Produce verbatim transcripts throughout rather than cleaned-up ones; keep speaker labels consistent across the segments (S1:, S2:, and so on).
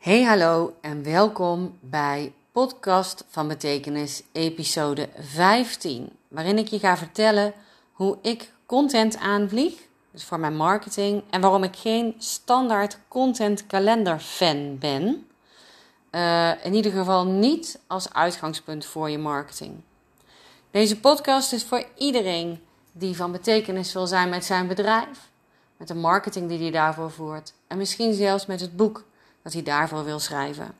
S1: Hey hallo en welkom bij podcast van Betekenis episode vijftien. Waarin ik je ga vertellen hoe ik content aanvlieg, dus voor mijn marketing. En waarom ik geen standaard content kalender fan ben. Uh, in ieder geval niet als uitgangspunt voor je marketing. Deze podcast is voor iedereen die van betekenis wil zijn met zijn bedrijf. Met de marketing die hij daarvoor voert. En misschien zelfs met het boek dat hij daarvoor wil schrijven.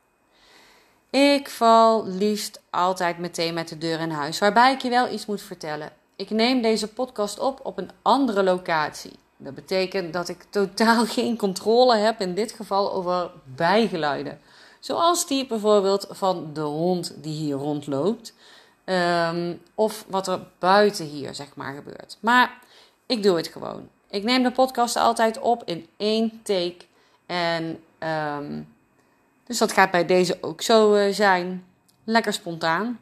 S1: Ik val liefst altijd meteen met de deur in huis. Waarbij ik je wel iets moet vertellen. Ik neem deze podcast op op een andere locatie. Dat betekent dat ik totaal geen controle heb in dit geval over bijgeluiden. Zoals die bijvoorbeeld van de hond die hier rondloopt. Um, of wat er buiten hier zeg maar gebeurt. Maar ik doe het gewoon. Ik neem de podcast altijd op in één take. En um, dus dat gaat bij deze ook zo uh, zijn. Lekker spontaan.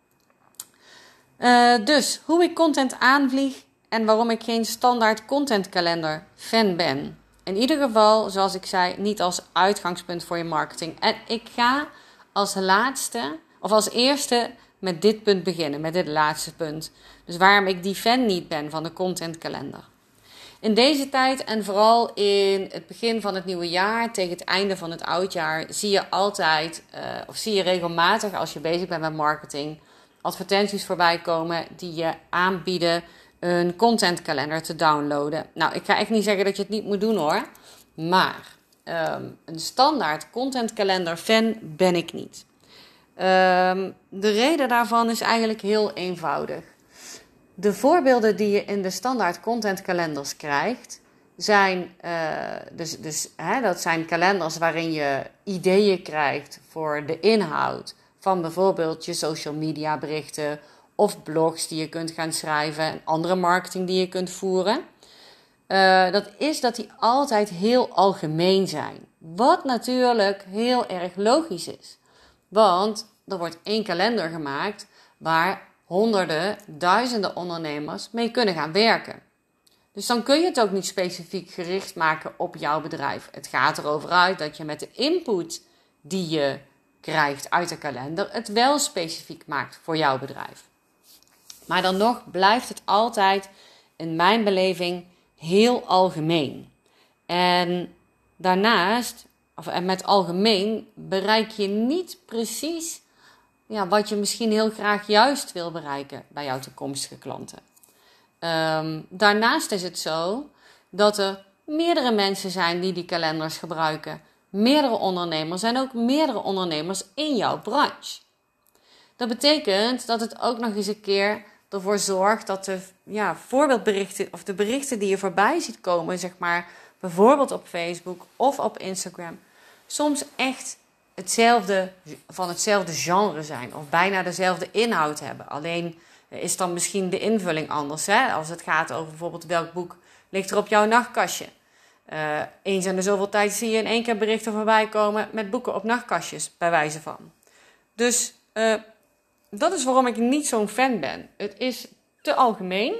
S1: Uh, dus hoe ik content aanvlieg en waarom ik geen standaard contentkalender fan ben. In ieder geval, zoals ik zei, niet als uitgangspunt voor je marketing. En ik ga als laatste, of als eerste met dit punt beginnen, met dit laatste punt. Dus waarom ik die fan niet ben van de contentkalender. In deze tijd en vooral in het begin van het nieuwe jaar, tegen het einde van het oudjaar, zie je altijd, uh, of zie je regelmatig als je bezig bent met marketing, advertenties voorbij komen die je aanbieden een contentkalender te downloaden. Nou, ik ga echt niet zeggen dat je het niet moet doen hoor, maar um, een standaard contentkalender fan ben ik niet. Um, de reden daarvan is eigenlijk heel eenvoudig. De voorbeelden die je in de standaard contentkalenders krijgt, zijn, uh, dus, dus, hè, dat zijn kalenders waarin je ideeën krijgt voor de inhoud van bijvoorbeeld je social media berichten of blogs die je kunt gaan schrijven en andere marketing die je kunt voeren. Uh, dat is dat die altijd heel algemeen zijn. Wat natuurlijk heel erg logisch is. Want er wordt één kalender gemaakt waar honderden, duizenden ondernemers mee kunnen gaan werken. Dus dan kun je het ook niet specifiek gericht maken op jouw bedrijf. Het gaat erover uit dat je met de input die je krijgt uit de kalender het wel specifiek maakt voor jouw bedrijf. Maar dan nog blijft het altijd in mijn beleving heel algemeen. En daarnaast, of en met algemeen, bereik je niet precies ja, wat je misschien heel graag juist wil bereiken bij jouw toekomstige klanten. Um, daarnaast is het zo dat er meerdere mensen zijn die die kalenders gebruiken. Meerdere ondernemers en ook meerdere ondernemers in jouw branche. Dat betekent dat het ook nog eens een keer ervoor zorgt dat de ja, voorbeeldberichten of de berichten die je voorbij ziet komen, zeg maar bijvoorbeeld op Facebook of op Instagram, soms echt hetzelfde, van hetzelfde genre zijn of bijna dezelfde inhoud hebben. Alleen is dan misschien de invulling anders. Hè? Als het gaat over bijvoorbeeld welk boek ligt er op jouw nachtkastje. Uh, eens in de zoveel tijd zie je in één keer berichten voorbij komen met boeken op nachtkastjes, bij wijze van. Dus uh, dat is waarom ik niet zo'n fan ben. Het is te algemeen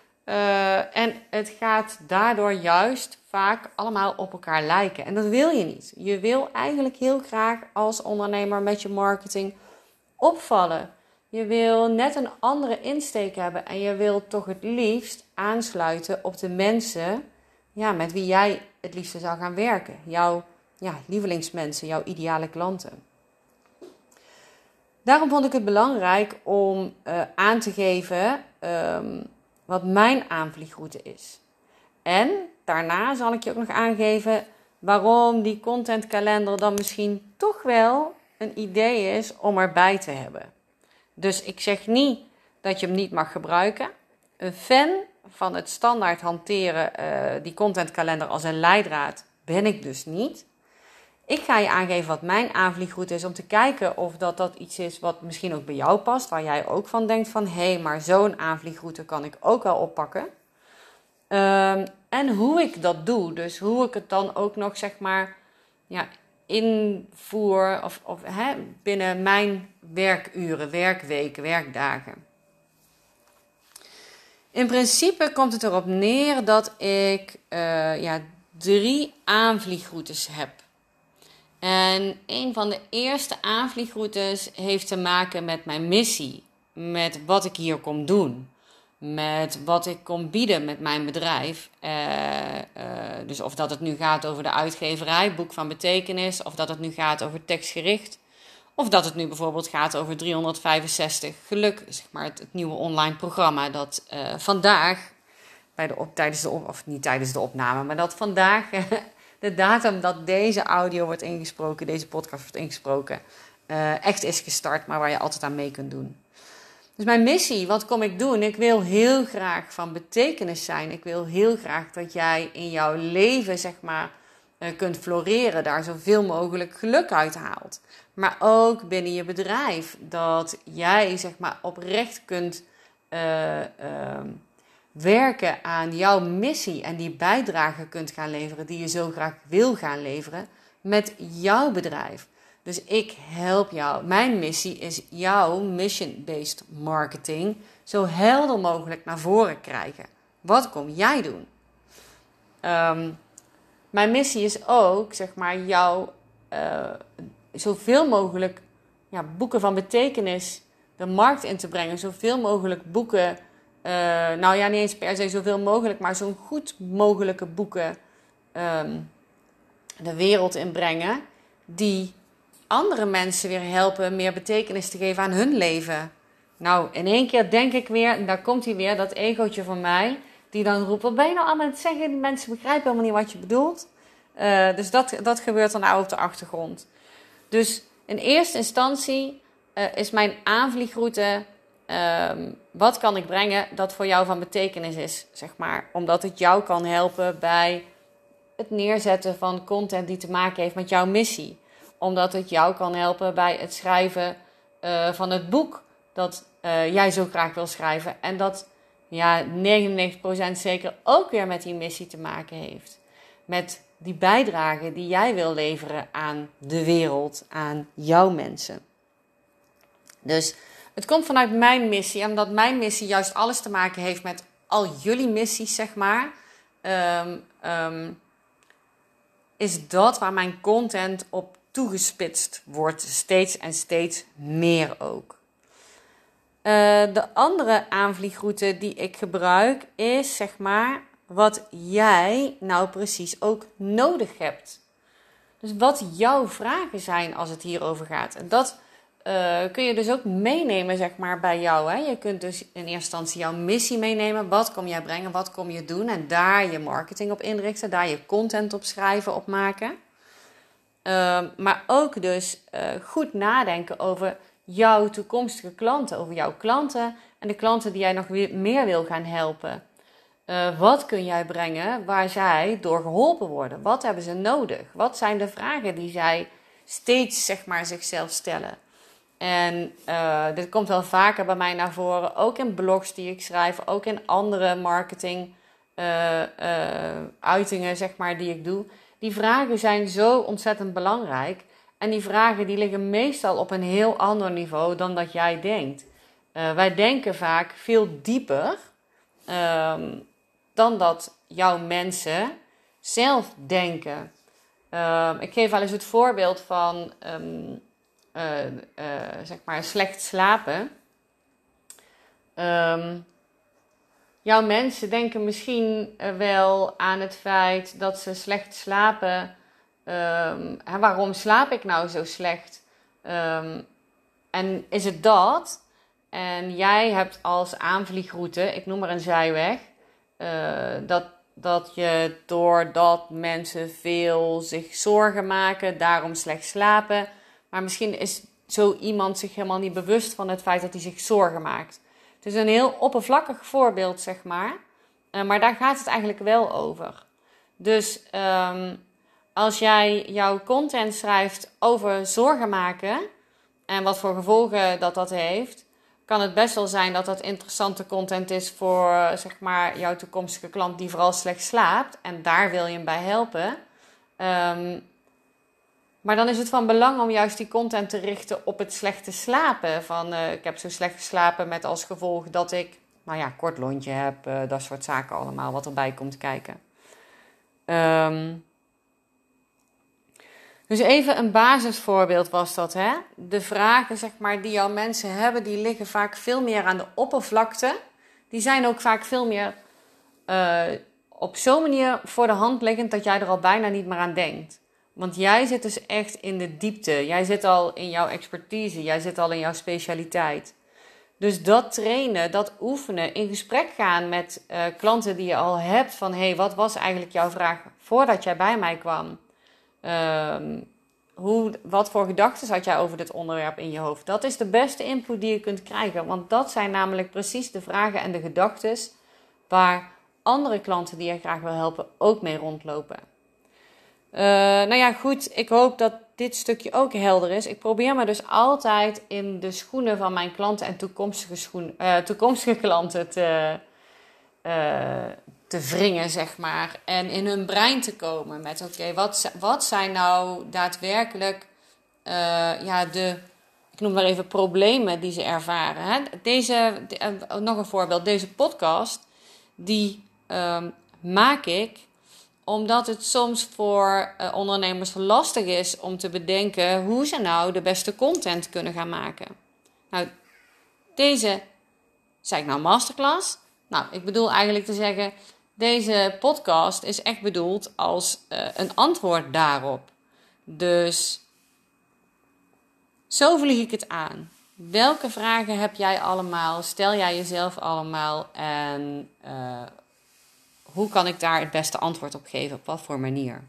S1: uh, en het gaat daardoor juist vaak allemaal op elkaar lijken. En dat wil je niet. Je wil eigenlijk heel graag als ondernemer met je marketing opvallen. Je wil net een andere insteek hebben en je wil toch het liefst aansluiten op de mensen ja, met wie jij het liefste zou gaan werken. Jouw ja, lievelingsmensen, jouw ideale klanten. Daarom vond ik het belangrijk om uh, aan te geven um, wat mijn aanvliegroute is. En daarna zal ik je ook nog aangeven waarom die contentkalender dan misschien toch wel een idee is om erbij te hebben. Dus ik zeg niet dat je hem niet mag gebruiken. Een fan van het standaard hanteren, uh, die contentkalender als een leidraad, ben ik dus niet. Ik ga je aangeven wat mijn aanvliegroute is om te kijken of dat, dat iets is wat misschien ook bij jou past. Waar jij ook van denkt van, hé, hey, maar zo'n aanvliegroute kan ik ook wel oppakken. Um, en hoe ik dat doe, dus hoe ik het dan ook nog zeg maar ja, invoer of, of hè, binnen mijn werkuren, werkweken, werkdagen. In principe komt het erop neer dat ik uh, ja, drie aanvliegroutes heb. En een van de eerste aanvliegroutes heeft te maken met mijn missie. Met wat ik hier kom doen. Met wat ik kom bieden met mijn bedrijf. Uh, uh, dus of dat het nu gaat over de uitgeverij, Boek van Betekenis. Of dat het nu gaat over tekstgericht. Of dat het nu bijvoorbeeld gaat over driehonderdvijfenzestig Geluk. Zeg maar het, het nieuwe online programma dat uh, vandaag, bij de op, tijdens de op, of niet tijdens de opname, maar dat vandaag de datum dat deze audio wordt ingesproken, deze podcast wordt ingesproken, uh, echt is gestart, maar waar je altijd aan mee kunt doen. Dus mijn missie, wat kom ik doen? Ik wil heel graag van betekenis zijn. Ik wil heel graag dat jij in jouw leven, zeg maar, uh, kunt floreren. Daar zoveel mogelijk geluk uit haalt. Maar ook binnen je bedrijf. Dat jij, zeg maar, oprecht kunt uh, uh, werken aan jouw missie. En die bijdrage kunt gaan leveren die je zo graag wil gaan leveren met jouw bedrijf. Dus ik help jou. Mijn missie is jouw mission-based marketing zo helder mogelijk naar voren krijgen. Wat kom jij doen? Um, mijn missie is ook, zeg maar, jou uh, zoveel mogelijk ja, boeken van betekenis de markt in te brengen. Zoveel mogelijk boeken, uh, nou ja, niet eens per se zoveel mogelijk, maar zo goed mogelijke boeken um, de wereld inbrengen die andere mensen weer helpen meer betekenis te geven aan hun leven. Nou, in één keer denk ik weer, daar komt hij weer, dat egootje van mij, die dan roept, wat ben je nou allemaal aan het zeggen? Die mensen begrijpen helemaal niet wat je bedoelt. Uh, dus dat, dat gebeurt dan nou op de achtergrond. Dus in eerste instantie uh, is mijn aanvliegroute, uh, wat kan ik brengen dat voor jou van betekenis is, zeg maar. Omdat het jou kan helpen bij het neerzetten van content die te maken heeft met jouw missie. Omdat het jou kan helpen bij het schrijven uh, van het boek dat uh, jij zo graag wil schrijven. En dat ja, negenennegentig procent zeker ook weer met die missie te maken heeft. Met die bijdrage die jij wil leveren aan de wereld, aan jouw mensen. Dus het komt vanuit mijn missie. En omdat mijn missie juist alles te maken heeft met al jullie missies, zeg maar. Um, um, is dat waar mijn content op toegespitst wordt. Steeds en steeds meer ook. Uh, de andere aanvliegroute die ik gebruik is, zeg maar, wat jij nou precies ook nodig hebt. Dus wat jouw vragen zijn als het hierover gaat. En dat uh, kun je dus ook meenemen, zeg maar, bij jou. Hè? Je kunt dus in eerste instantie jouw missie meenemen. Wat kom jij brengen? Wat kom je doen? En daar je marketing op inrichten. Daar je content op schrijven, op maken. Uh, maar ook dus uh, goed nadenken over jouw toekomstige klanten. Over jouw klanten en de klanten die jij nog weer meer wil gaan helpen. Uh, wat kun jij brengen waar zij door geholpen worden? Wat hebben ze nodig? Wat zijn de vragen die zij steeds, zeg maar, zichzelf stellen? En uh, dit komt wel vaker bij mij naar voren. Ook in blogs die ik schrijf. Ook in andere marketing uh, uh, uitingen, zeg maar, die ik doe. Die vragen zijn zo ontzettend belangrijk. En die vragen die liggen meestal op een heel ander niveau dan dat jij denkt. Uh, wij denken vaak veel dieper um, dan dat jouw mensen zelf denken. Um, ik geef wel eens het voorbeeld van um, uh, uh, zeg maar slecht slapen. Um, jouw mensen denken misschien wel aan het feit dat ze slecht slapen. Um, en waarom slaap ik nou zo slecht? Um, en is het dat? En jij hebt als aanvliegroute, ik noem maar een zijweg, uh, dat, dat je doordat mensen veel zich zorgen maken, daarom slecht slapen. Maar misschien is zo iemand zich helemaal niet bewust van het feit dat hij zich zorgen maakt. Het is een heel oppervlakkig voorbeeld, zeg maar. Uh, maar daar gaat het eigenlijk wel over. Dus um, als jij jouw content schrijft over zorgen maken en wat voor gevolgen dat dat heeft, kan het best wel zijn dat dat interessante content is voor, zeg maar, jouw toekomstige klant die vooral slecht slaapt. En daar wil je hem bij helpen. Um, maar dan is het van belang om juist die content te richten op het slechte slapen. Van uh, ik heb zo slecht geslapen met als gevolg dat ik, nou ja, kort lontje heb. Uh, dat soort zaken allemaal wat erbij komt kijken. Um, Dus even een basisvoorbeeld was dat, hè? De vragen, zeg maar, die jouw mensen hebben, die liggen vaak veel meer aan de oppervlakte. Die zijn ook vaak veel meer uh, op zo'n manier voor de hand liggend dat jij er al bijna niet meer aan denkt. Want jij zit dus echt in de diepte. Jij zit al in jouw expertise. Jij zit al in jouw specialiteit. Dus dat trainen, dat oefenen, in gesprek gaan met uh, klanten die je al hebt. Van, hé, hey, wat was eigenlijk jouw vraag voordat jij bij mij kwam? Um, hoe, wat voor gedachten had jij over dit onderwerp in je hoofd? Dat is de beste input die je kunt krijgen. Want dat zijn namelijk precies de vragen en de gedachten waar andere klanten die je graag wil helpen ook mee rondlopen. Uh, nou ja, goed. Ik hoop dat dit stukje ook helder is. Ik probeer me dus altijd in de schoenen van mijn klanten en toekomstige, schoen, uh, toekomstige klanten te, uh, te wringen, zeg maar. En in hun brein te komen met, oké, okay, wat, wat zijn nou daadwerkelijk uh, ja, de, ik noem maar even, problemen die ze ervaren. Hè? Deze, de, uh, nog een voorbeeld. Deze podcast, die uh, maak ik omdat het soms voor uh, ondernemers lastig is om te bedenken hoe ze nou de beste content kunnen gaan maken. Nou, deze, zei ik nou masterclass? Nou, ik bedoel eigenlijk te zeggen, deze podcast is echt bedoeld als uh, een antwoord daarop. Dus zo vlieg ik het aan. Welke vragen heb jij allemaal? Stel jij jezelf allemaal en uh, hoe kan ik daar het beste antwoord op geven? Op wat voor manier?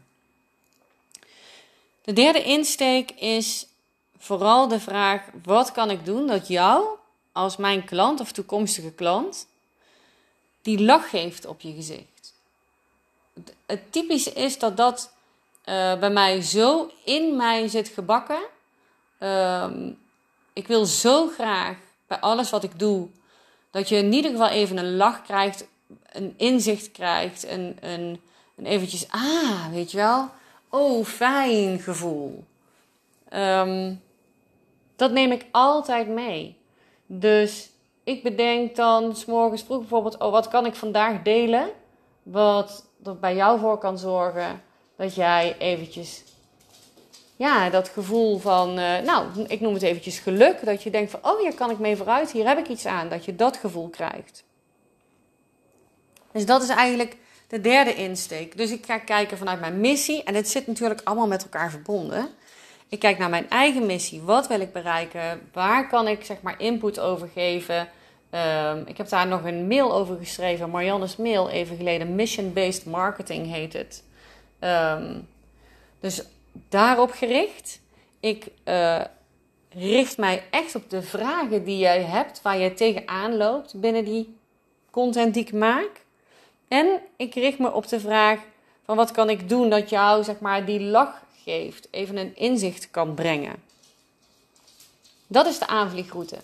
S1: De derde insteek is vooral de vraag: wat kan ik doen dat jou als mijn klant of toekomstige klant die lach geeft op je gezicht? Het typische is dat dat uh, bij mij zo in mij zit gebakken. Um, ik wil zo graag bij alles wat ik doe dat je in ieder geval even een lach krijgt, een inzicht krijgt, een, een, een eventjes, ah, weet je wel, oh, fijn gevoel. Um, dat neem ik altijd mee. Dus ik bedenk dan 's morgens vroeg bijvoorbeeld, oh, wat kan ik vandaag delen, wat er bij jou voor kan zorgen dat jij eventjes, ja, dat gevoel van, uh, nou, ik noem het eventjes geluk, dat je denkt van, oh, hier kan ik mee vooruit, hier heb ik iets aan, dat je dat gevoel krijgt. Dus dat is eigenlijk de derde insteek. Dus ik ga kijken vanuit mijn missie. En dit zit natuurlijk allemaal met elkaar verbonden. Ik kijk naar mijn eigen missie. Wat wil ik bereiken? Waar kan ik, zeg maar, input over geven? Um, ik heb daar nog een mail over geschreven. Marianne's mail even geleden. Mission-based marketing heet het. Um, dus daarop gericht. Ik uh, richt mij echt op de vragen die jij hebt. Waar je tegenaan loopt binnen die content die ik maak. En ik richt me op de vraag van wat kan ik doen dat jou, zeg maar, die lach geeft. Even een inzicht kan brengen. Dat is de aanvliegroute.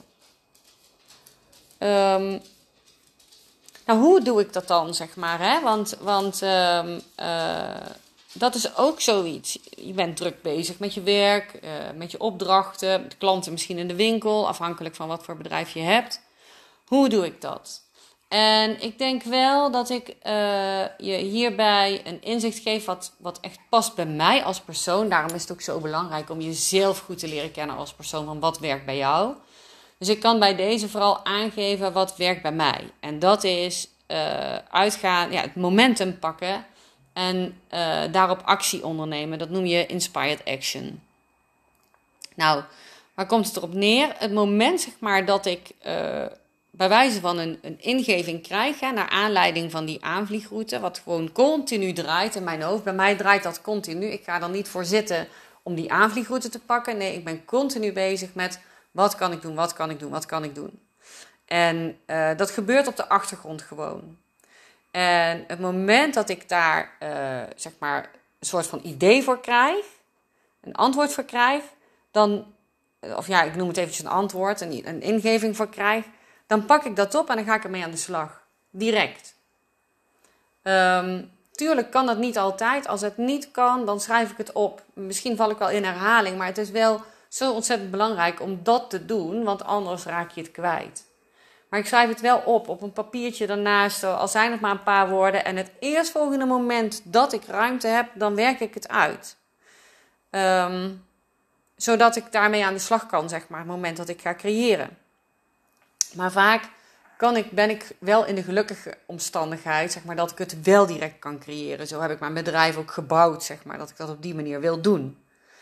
S1: Um, nou, hoe doe ik dat dan, zeg maar? Hè? Want, want um, uh, dat is ook zoiets. Je bent druk bezig met je werk, uh, met je opdrachten, met klanten misschien in de winkel, afhankelijk van wat voor bedrijf je hebt. Hoe doe ik dat? En ik denk wel dat ik uh, je hierbij een inzicht geef wat, wat echt past bij mij als persoon. Daarom is het ook zo belangrijk om jezelf goed te leren kennen als persoon, van wat werkt bij jou. Dus ik kan bij deze vooral aangeven wat werkt bij mij. En dat is uh, uitgaan, ja, het momentum pakken en uh, daarop actie ondernemen. Dat noem je inspired action. Nou, waar komt het erop neer? Het moment, zeg maar, dat ik Uh, bij wijze van een, een ingeving krijg, hè, naar aanleiding van die aanvliegroute, wat gewoon continu draait in mijn hoofd. Bij mij draait dat continu. Ik ga er niet voor zitten om die aanvliegroute te pakken. Nee, ik ben continu bezig met wat kan ik doen, wat kan ik doen, wat kan ik doen. En uh, dat gebeurt op de achtergrond gewoon. En het moment dat ik daar, uh, zeg maar, een soort van idee voor krijg, een antwoord voor krijg, dan, of ja, ik noem het eventjes een antwoord, een, een ingeving voor krijg, dan pak ik dat op en dan ga ik ermee aan de slag. Direct. Um, tuurlijk kan dat niet altijd. Als het niet kan, dan schrijf ik het op. Misschien val ik wel in herhaling, maar het is wel zo ontzettend belangrijk om dat te doen, want anders raak je het kwijt. Maar ik schrijf het wel op, op een papiertje daarnaast, al zijn het maar een paar woorden. En het eerstvolgende moment dat ik ruimte heb, dan werk ik het uit. Um, zodat ik daarmee aan de slag kan, zeg maar, het moment dat ik ga creëren. Maar vaak kan ik, ben ik wel in de gelukkige omstandigheid, zeg maar, dat ik het wel direct kan creëren. Zo heb ik mijn bedrijf ook gebouwd, zeg maar, dat ik dat op die manier wil doen.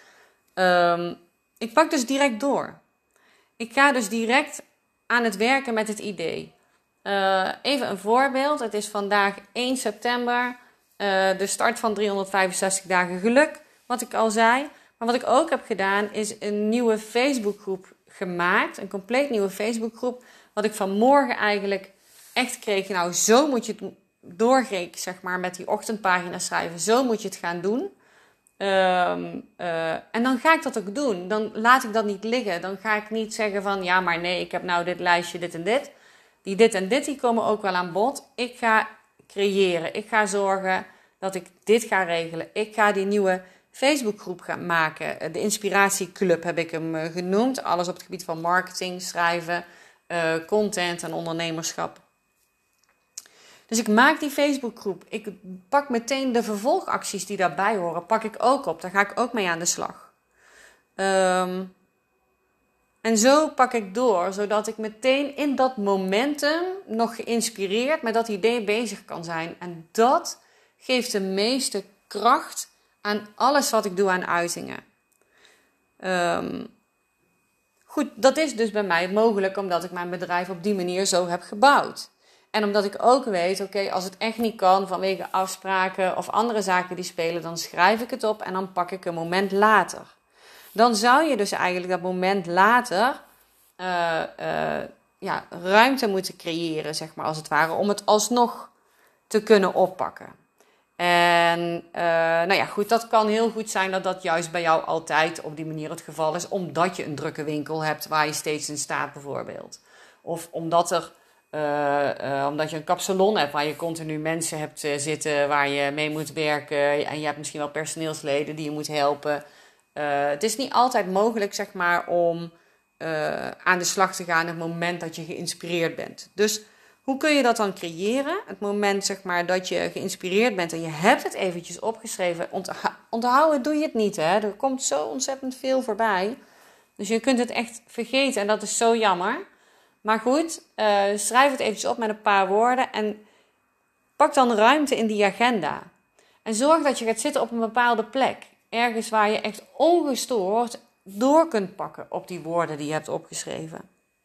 S1: Um, ik pak dus direct door. Ik ga dus direct aan het werken met het idee. Uh, even een voorbeeld. Het is vandaag één september. Uh, de start van driehonderdvijfenzestig dagen geluk. Wat ik al zei. Maar wat ik ook heb gedaan is een nieuwe Facebookgroep gemaakt. Een compleet nieuwe Facebookgroep. Wat ik vanmorgen eigenlijk echt kreeg. Nou, zo moet je het doorgeven, zeg maar, met die ochtendpagina schrijven. Zo moet je het gaan doen. Um, uh, en dan ga ik dat ook doen. Dan laat ik dat niet liggen. Dan ga ik niet zeggen van, ja, maar nee, ik heb nou dit lijstje, dit en dit. Die dit en dit, die komen ook wel aan bod. Ik ga creëren. Ik ga zorgen dat ik dit ga regelen. Ik ga die nieuwe Facebookgroep gaan maken. De Inspiratieclub heb ik hem genoemd. Alles op het gebied van marketing, schrijven, uh, content en ondernemerschap. Dus ik maak die Facebookgroep. Ik pak meteen de vervolgacties die daarbij horen. Pak ik ook op. Daar ga ik ook mee aan de slag. Um, en zo pak ik door. Zodat ik meteen in dat momentum nog geïnspireerd met dat idee bezig kan zijn. En dat geeft de meeste kracht aan alles wat ik doe aan uitingen. Um, goed, dat is dus bij mij mogelijk omdat ik mijn bedrijf op die manier zo heb gebouwd. En omdat ik ook weet, oké, okay, als het echt niet kan vanwege afspraken of andere zaken die spelen, dan schrijf ik het op en dan pak ik een moment later. Dan zou je dus eigenlijk dat moment later uh, uh, ja, ruimte moeten creëren, zeg maar, als het ware, om het alsnog te kunnen oppakken. En uh, nou ja, goed, dat kan heel goed zijn dat dat juist bij jou altijd op die manier het geval is, omdat je een drukke winkel hebt waar je steeds in staat bijvoorbeeld. Of omdat er Uh, uh, omdat je een kapsalon hebt waar je continu mensen hebt uh, zitten waar je mee moet werken. En je hebt misschien wel personeelsleden die je moet helpen. Uh, het is niet altijd mogelijk, zeg maar, om uh, aan de slag te gaan op het moment dat je geïnspireerd bent. Dus hoe kun je dat dan creëren? Het moment, zeg maar, dat je geïnspireerd bent en je hebt het eventjes opgeschreven. Onthoud, onthouden doe je het niet, hè? Er komt zo ontzettend veel voorbij. Dus je kunt het echt vergeten en dat is zo jammer. Maar goed, uh, schrijf het eventjes op met een paar woorden en pak dan ruimte in die agenda. En zorg dat je gaat zitten op een bepaalde plek. Ergens waar je echt ongestoord door kunt pakken op die woorden die je hebt opgeschreven.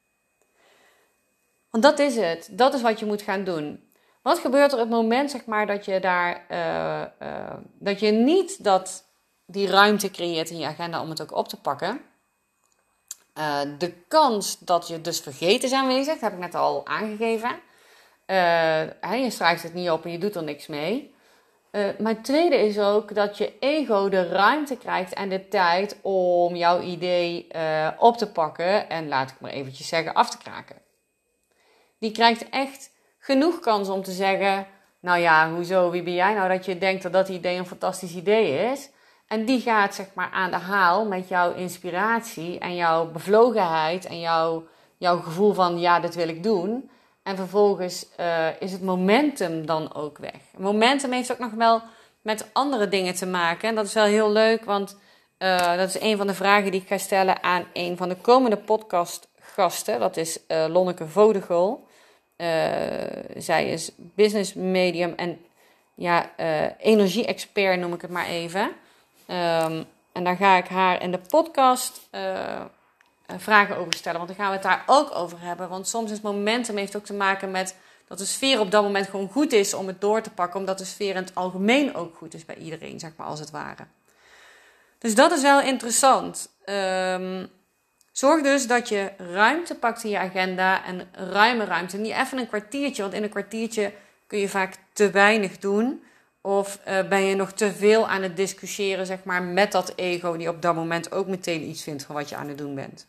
S1: Want dat is het. Dat is wat je moet gaan doen. Wat gebeurt er op het moment, zeg maar, dat je daar uh, uh, dat je niet dat die ruimte creëert in je agenda om het ook op te pakken? Uh, de kans dat je dus vergeet is aanwezig, dat heb ik net al aangegeven. Uh, je schrijft het niet op en je doet er niks mee. Uh, maar het tweede is ook dat je ego de ruimte krijgt en de tijd om jouw idee uh, op te pakken en, laat ik maar eventjes zeggen, af te kraken. Die krijgt echt genoeg kans om te zeggen, nou ja, hoezo, wie ben jij nou dat je denkt dat dat idee een fantastisch idee is? En die gaat, zeg maar, aan de haal met jouw inspiratie en jouw bevlogenheid en jouw, jouw gevoel van, ja, dit wil ik doen. En vervolgens uh, is het momentum dan ook weg. Momentum heeft ook nog wel met andere dingen te maken. En dat is wel heel leuk, want uh, dat is een van de vragen die ik ga stellen aan een van de komende podcastgasten. Dat is uh, Lonneke Vodegol. Uh, zij is business medium en ja, uh, energie-expert noem ik het maar even. Um, en daar ga ik haar in de podcast uh, vragen over stellen. Want dan gaan we het daar ook over hebben. Want soms is momentum heeft ook te maken met dat de sfeer op dat moment gewoon goed is om het door te pakken. Omdat de sfeer in het algemeen ook goed is bij iedereen, zeg maar, als het ware. Dus dat is wel interessant. Um, zorg dus dat je ruimte pakt in je agenda. En ruime ruimte. Niet even een kwartiertje. Want in een kwartiertje kun je vaak te weinig doen. Of uh, ben je nog te veel aan het discussiëren, zeg maar, met dat ego die op dat moment ook meteen iets vindt van wat je aan het doen bent.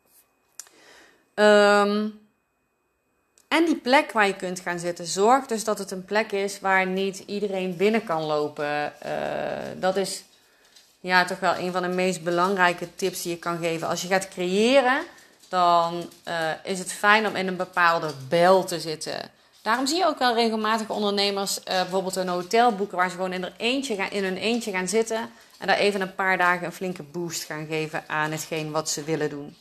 S1: Um, en die plek waar je kunt gaan zitten, zorg dus dat het een plek is waar niet iedereen binnen kan lopen. Uh, dat is ja, toch wel een van de meest belangrijke tips die je kan geven. Als je gaat creëren, dan uh, is het fijn om in een bepaalde bel te zitten. Daarom zie je ook wel regelmatig ondernemers uh, bijvoorbeeld een hotel boeken waar ze gewoon in, er eentje gaan, in hun eentje gaan zitten En daar even een paar dagen een flinke boost gaan geven aan hetgeen wat ze willen doen.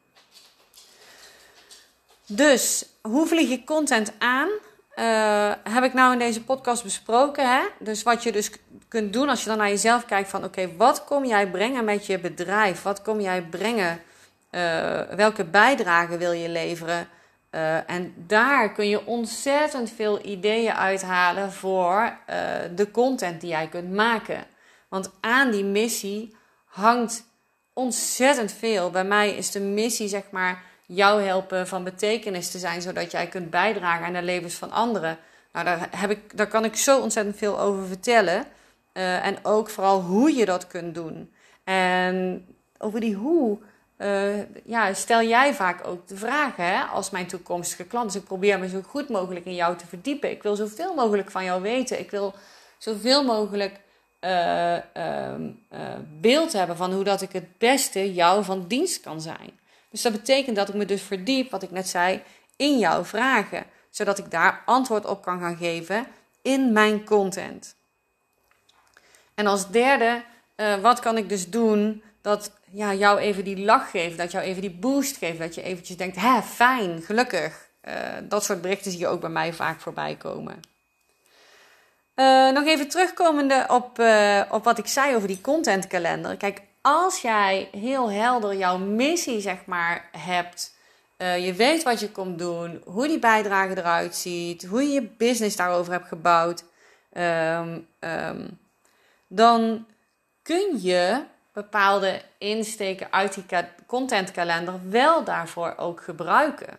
S1: Dus, hoe vlieg ik content aan? Uh, heb ik nou in deze podcast besproken. Hè? Dus wat je dus kunt doen als je dan naar jezelf kijkt van... Oké, okay, wat kom jij brengen met je bedrijf? Wat kom jij brengen? Uh, welke bijdrage wil je leveren? Uh, en daar kun je ontzettend veel ideeën uithalen voor uh, de content die jij kunt maken. Want aan die missie hangt ontzettend veel. Bij mij is de missie, zeg maar, jou helpen van betekenis te zijn, zodat jij kunt bijdragen aan de levens van anderen. Nou, daar, heb ik, daar kan ik zo ontzettend veel over vertellen. Uh, en ook vooral hoe je dat kunt doen. En over die hoe... Uh, ja, stel jij vaak ook de vragen, hè, als mijn toekomstige klant. Dus ik probeer me zo goed mogelijk in jou te verdiepen. Ik wil zoveel mogelijk van jou weten. Ik wil zoveel mogelijk uh, uh, uh, beeld hebben van hoe dat ik het beste jou van dienst kan zijn. Dus dat betekent dat ik me dus verdiep, wat ik net zei, in jouw vragen. Zodat ik daar antwoord op kan gaan geven in mijn content. En als derde, uh, wat kan ik dus doen dat ja, jou even die lach geeft, dat jou even die boost geeft, dat je eventjes denkt, hè, fijn, gelukkig. Uh, dat soort berichten zie je ook bij mij vaak voorbij komen. Uh, nog even terugkomende op, uh, op wat ik zei over die contentkalender. Kijk, als jij heel helder jouw missie, zeg maar, hebt, uh, je weet wat je komt doen, hoe die bijdrage eruit ziet, hoe je je business daarover hebt gebouwd, um, um, dan kun je bepaalde insteken uit die contentkalender wel daarvoor ook gebruiken.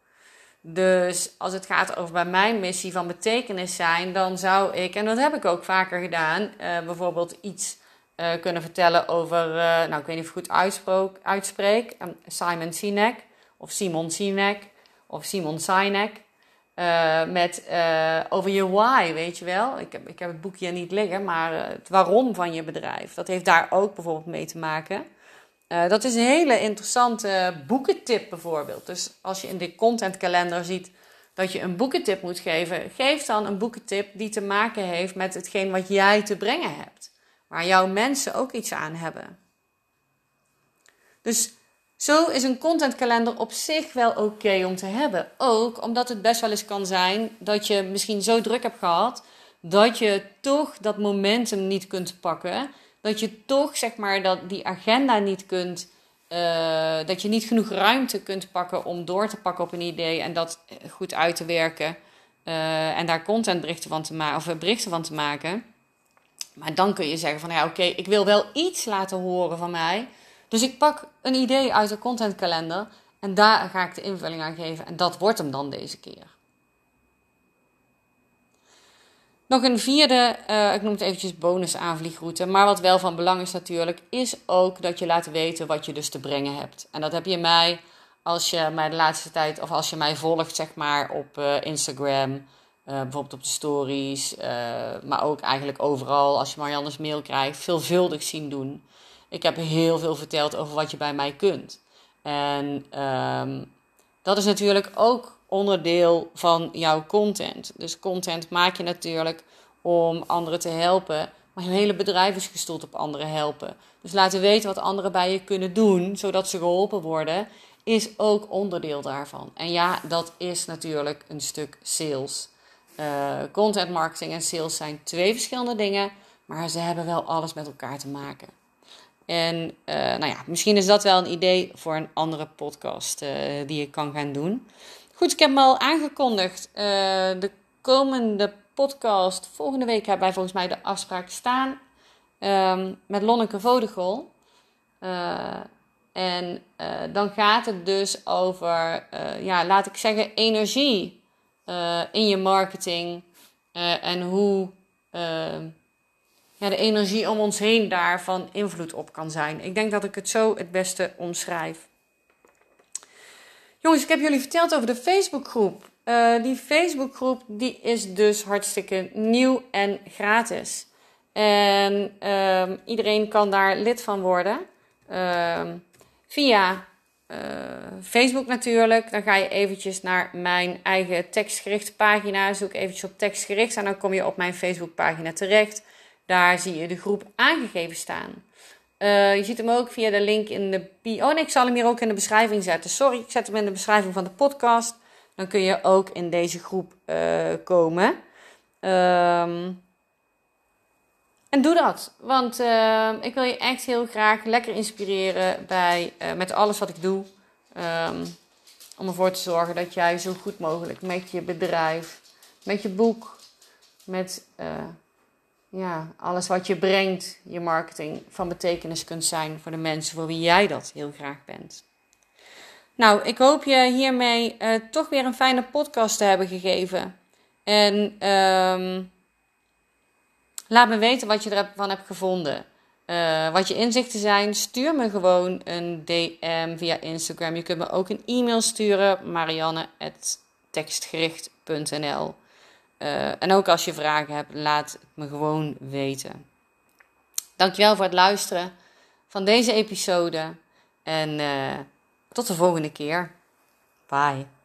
S1: Dus als het gaat over bij mijn missie van betekenis zijn, dan zou ik, en dat heb ik ook vaker gedaan, uh, bijvoorbeeld iets uh, kunnen vertellen over, uh, nou ik weet niet of ik goed uitspreek, um, Simon Sinek of Simon Sinek of Simon Sinek. Uh, met, uh, over je why, weet je wel. Ik heb, ik heb het boekje niet liggen, maar uh, het waarom van je bedrijf. Dat heeft daar ook bijvoorbeeld mee te maken. Uh, dat is een hele interessante boekentip bijvoorbeeld. Dus als je in de contentkalender ziet dat je een boekentip moet geven, geef dan een boekentip die te maken heeft met hetgeen wat jij te brengen hebt. Waar jouw mensen ook iets aan hebben. Dus zo is een contentkalender op zich wel oké okay om te hebben. Ook omdat het best wel eens kan zijn dat je misschien zo druk hebt gehad dat je toch dat momentum niet kunt pakken. Dat je toch, zeg maar, dat die agenda niet kunt, uh, dat je niet genoeg ruimte kunt pakken om door te pakken op een idee en dat goed uit te werken. Uh, en daar contentberichten van te maken, of berichten van te maken. Maar dan kun je zeggen van, ja, oké, okay, ik wil wel iets laten horen van mij. Dus ik pak een idee uit de contentkalender en daar ga ik de invulling aan geven. En dat wordt hem dan deze keer. Nog een vierde, uh, ik noem het eventjes bonus aanvliegroute. Maar wat wel van belang is natuurlijk, is ook dat je laat weten wat je dus te brengen hebt. En dat heb je mij, als je mij de laatste tijd, of als je mij volgt, zeg maar, op uh, Instagram, uh, bijvoorbeeld op de stories, uh, maar ook eigenlijk overal, als je Marianne's mail krijgt, veelvuldig zien doen. Ik heb heel veel verteld over wat je bij mij kunt. En um, dat is natuurlijk ook onderdeel van jouw content. Dus content maak je natuurlijk om anderen te helpen. Maar je hele bedrijf is gestoeld op anderen helpen. Dus laten weten wat anderen bij je kunnen doen, zodat ze geholpen worden, is ook onderdeel daarvan. En ja, dat is natuurlijk een stuk sales. Uh, content marketing en sales zijn twee verschillende dingen, maar ze hebben wel alles met elkaar te maken. En uh, nou ja, misschien is dat wel een idee voor een andere podcast uh, die ik kan gaan doen. Goed, ik heb me al aangekondigd. Uh, de komende podcast, volgende week hebben wij volgens mij de afspraak staan um, met Lonneke Vodegol. Uh, en uh, dan gaat het dus over, uh, ja, laat ik zeggen, energie uh, in je marketing. Uh, en hoe uh, ja, de energie om ons heen daarvan invloed op kan zijn. Ik denk dat ik het zo het beste omschrijf. Jongens, ik heb jullie verteld over de Facebookgroep. Uh, die Facebookgroep die is dus hartstikke nieuw en gratis. En uh, iedereen kan daar lid van worden. Uh, via uh, Facebook natuurlijk. Dan ga je eventjes naar mijn eigen tekstgericht pagina. Zoek eventjes op tekstgericht en dan kom je op mijn Facebookpagina terecht. Daar zie je de groep aangegeven staan. Uh, je ziet hem ook via de link in de bio. Oh nee, ik zal hem hier ook in de beschrijving zetten. Sorry, ik zet hem in de beschrijving van de podcast. Dan kun je ook in deze groep uh, komen. Um, en doe dat. Want uh, ik wil je echt heel graag lekker inspireren bij, uh, met alles wat ik doe. Um, om ervoor te zorgen dat jij zo goed mogelijk met je bedrijf, met je boek, met uh, ja, alles wat je brengt, je marketing van betekenis kunt zijn voor de mensen voor wie jij dat heel graag bent. Nou, ik hoop je hiermee uh, toch weer een fijne podcast te hebben gegeven. En um, laat me weten wat je ervan hebt gevonden. Uh, wat je inzichten zijn, stuur me gewoon een D M via Instagram. Je kunt me ook een e-mail sturen, marianne at tekstgericht punt n l. Uh, en ook als je vragen hebt, laat het me gewoon weten. Dankjewel voor het luisteren van deze episode. En uh, tot de volgende keer. Bye.